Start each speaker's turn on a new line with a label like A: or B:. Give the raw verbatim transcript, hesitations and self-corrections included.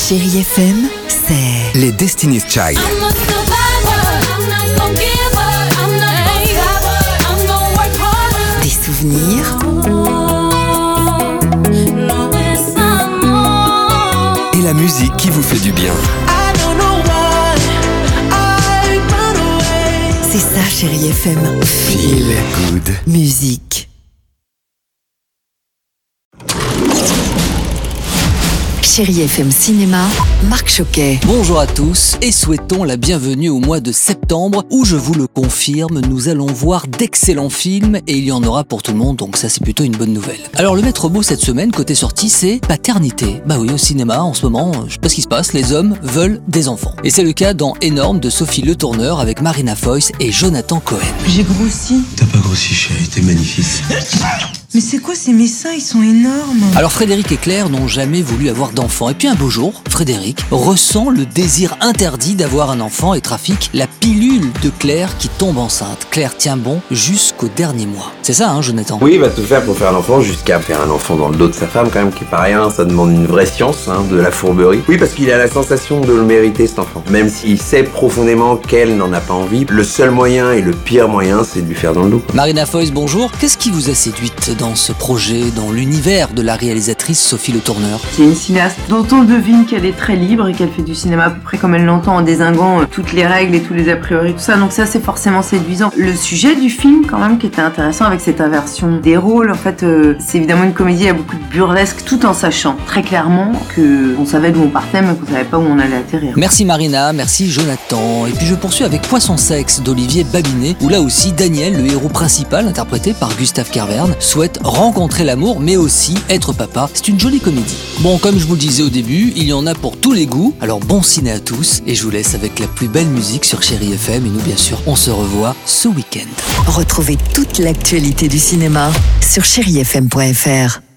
A: Chérie F M, c'est
B: les Destiny's Child.
A: Des souvenirs
B: Et la musique qui vous fait du bien.
A: C'est ça, Chérie F M.
B: Feel good.
A: Musique. Chérie F M Cinéma, Marc Choquet.
C: Bonjour à tous et souhaitons la bienvenue au mois de septembre où, je vous le confirme, nous allons voir d'excellents films et il y en aura pour tout le monde, donc ça c'est plutôt une bonne nouvelle. Alors le maître mot cette semaine, côté sortie, c'est paternité. Bah oui, au cinéma en ce moment, je sais pas ce qui se passe, les hommes veulent des enfants. Et c'est le cas dans Énorme de Sophie Le Tourneur avec Marina Foïs et Jonathan Cohen.
D: J'ai grossi.
E: T'as pas grossi, chérie, t'es magnifique.
D: Mais c'est quoi ces messins? Ils sont énormes.
C: Alors Frédéric et Claire n'ont jamais voulu avoir d'enfant. Et puis un beau jour, Frédéric ressent le désir interdit d'avoir un enfant et trafique la pilule de Claire qui tombe enceinte. Claire tient bon jusqu'au dernier mois. C'est ça, hein, Jonathan?
F: Oui, il va tout faire pour faire un enfant, jusqu'à faire un enfant dans le dos de sa femme, quand même, qui est pas rien. Ça demande une vraie science, hein, de la fourberie. Oui, parce qu'il a la sensation de le mériter, cet enfant. Même s'il sait profondément qu'elle n'en a pas envie, le seul moyen et le pire moyen, c'est de lui faire dans le dos.
C: Marina Foïs, bonjour. Qu'est-ce qui vous a séduite dans ce projet, dans l'univers de la réalisatrice Sophie Le Tourneur?
D: C'est une cinéaste dont on devine qu'elle est très libre et qu'elle fait du cinéma à peu près comme elle l'entend, en dézinguant toutes les règles et tous les a priori, tout ça. Donc ça, c'est forcément séduisant. Le sujet du film, quand même, qui était intéressant avec cette inversion des rôles, en fait, euh, c'est évidemment une comédie à beaucoup de burlesque, tout en sachant très clairement que on savait d'où on partait, mais qu'on savait pas où on allait atterrir.
C: Merci Marina, merci Jonathan. Et puis je poursuis avec Poisson Sexe d'Olivier Babinet, où là aussi Daniel, le héros principal, interprété par Gustave Carverne, souhaite rencontrer l'amour, mais aussi être papa. C'est une jolie comédie. Bon, comme je vous le disais au début, il y en a pour tous les goûts. Alors bon ciné à tous, et je vous laisse avec la plus belle musique sur Chérie F M. Et nous, bien sûr, on se revoit ce week-end.
A: Retrouvez toute l'actualité du cinéma sur chérie f m point f r.